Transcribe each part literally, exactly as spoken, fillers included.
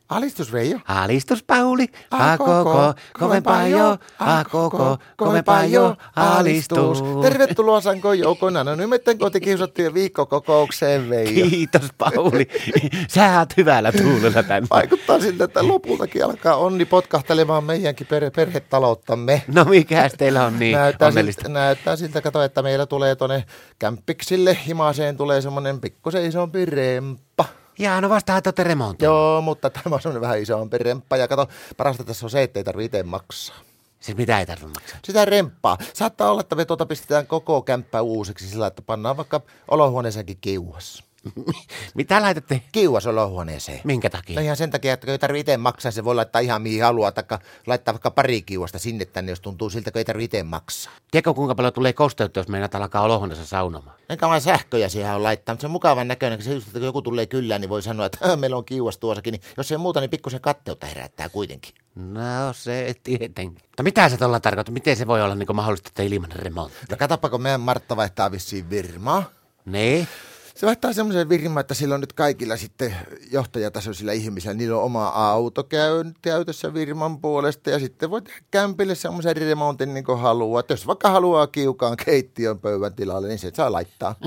Alistus Veijo. Alistus Pauli, a koko, kovempaa jo, a koko, kovempaa jo, alistus. Tervetuloa Sanko Joukona, no nimittäin kotikiusattujen viikkokokoukseen Veijo. Kiitos Pauli, sä oot hyvällä tuulella tänne. Vaikuttaa siltä, että lopultakin alkaa onni potkahtelemaan meidänkin per- perhetalouttamme. No mikäs teillä on niin näyttää onnellista? Siltä, näyttää siltä, kato, että meillä tulee tuonne kämppiksille himaseen tulee semmoinen pikkusen isompi remppa. Jaa, no vastahan te ootte remontoinut. Joo, mutta tämä on semmoinen vähän isompi remppa. Ja kato, parasta tässä on se, että ei tarvitse itse maksaa. Siis mitä ei tarvitse maksaa? Sitä remppaa. Saattaa olla, että me tuota pistetään koko kämppä uusiksi sillä, että pannaan vaikka olohuoneeseenkin kiuas. Mitä laitatte? Kiuas olohuoneeseen. Minkä takia? No ihan sen takia, että kun ei tarvitse itse maksaa, se voi laittaa ihan mihin haluaa, taikka laittaa vaikka pari kiuasta sinne tänne, jos tuntuu siltä, kun ei tarvitse itse maksaa. Tiedätkö kuinka paljon tulee kosteutta, jos meinaat alkaa olohuoneessa saunomaan? Enkä vaan sähköjä siihen on laittaa, mutta se on mukavan näköinen, kun se just, että kun joku tulee kyllään, niin voi sanoa, että meillä on kiuas tuossakin, niin jos ei muuta, niin pikkusen katteutta herättää kuitenkin. No se tietenkin. Mutta mitä se tuolla tarkoittaa? Miten se voi olla niin mahdollista, että ilman remontti? No katsoppa, kun meidän Martta vaihtaa vissiin virmaa. Niin? Se vaihtaa semmoisen virman, että sillä on nyt kaikilla sitten johtajatasoisilla ihmisillä, niillä on oma auto käytössä virman puolesta ja sitten voi tehdä kämpille semmoisen remontin niin kuin haluaa. Että jos vaikka haluaa kiukaan keittiön pöydän tilalle, niin se saa laittaa.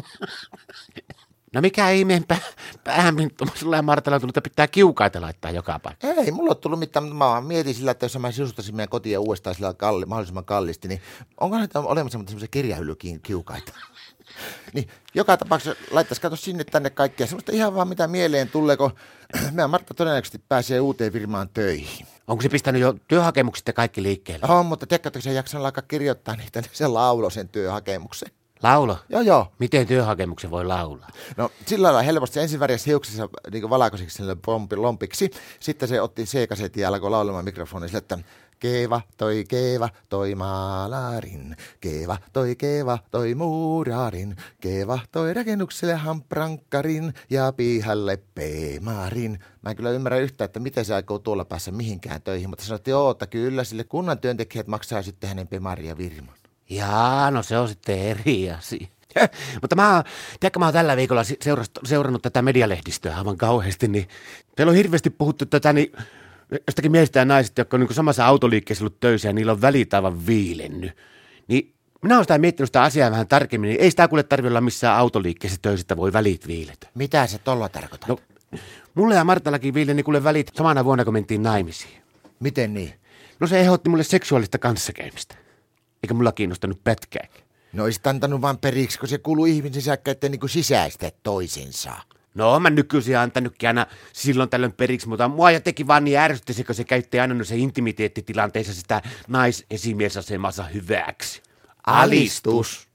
No mikä ihmeen pä- päähän sulla ja Martalla on tullut, että pitää kiukaita laittaa joka paikka? Ei, mulla ole tullut mitään, mutta mä mietin sillä, että jos mä sisustaisin meidän kotia uudestaan sillä kalli, mahdollisimman kallisti, niin onko näitä olemassa semmoisia kirjahyllykin kiukaita? Niin, joka tapauksessa laittaisi kato sinne tänne kaikkea. Semmoista ihan vaan mitä mieleen tulee, kun meidän Martta todennäköisesti pääsee uuteen firmaan töihin. Onko se pistänyt jo työhakemukset ja kaikki liikkeelle? On, mutta tiedätkö, että se ei jaksanut alkaa kirjoittaa niitä, niin se lauloi sen työhakemuksen. Laulo? Joo, joo. Miten työhakemuksen voi laulaa? No sillä lailla helposti. Se ensin värjäsi hiuksissa niin valkoisiksi sille lompiksi. Sitten se otti C-kasetin ja alkoi laulamaan mikrofonin sille, että Keeva toi keeva toi maalarin, keeva toi keeva toi muurarin, keeva toi rakennukselle hamprankkarin ja pihalle peemarin. Mä en kyllä ymmärrä yhtään, että miten se aikoo tuolla päässä mihinkään töihin, mutta sanottiin, joo, että kyllä sille kunnan työntekijät maksaa sitten hänen pemaria virman. Jaa, no se on sitten eri asia. Mutta mä oon, tiedätkö, mä oon tällä viikolla seurannut tätä medialehdistöä aivan kauheasti, niin teillä on hirveästi puhuttu tätä, niin jostakin miehistä ja naisista, jotka on niin samassa autoliikkeessä ollut töissä ja niillä on välit aivan viilennyt. Niin minä oon sitä miettinyt sitä asiaa vähän tarkemmin, niin ei sitä kuule tarvitse olla missään autoliikkeessä töissä, että voi välit viiletä. Mitä se tolla tarkoittaa? No, mulle ja Martallakin viileni kuule välit samana vuonna, kun mentiin naimisiin. Miten niin? No se ehdotti mulle seksuaalista kanssakäymistä. Eikä mulla kiinnostanut pätkääkään. No olisit antanut vaan periksi, kun se kuuluu ihmisen sisäkkä, ettei niin sisäistä toisensa. No mä nykyisin antanutkin aina silloin tällöin periksi, mutta mua ja teki vaan niin ärsyttäisi, kun se käytti aina se intimiteettitilanteessa sitä naisesimiesasemansa hyväksi. Alistus.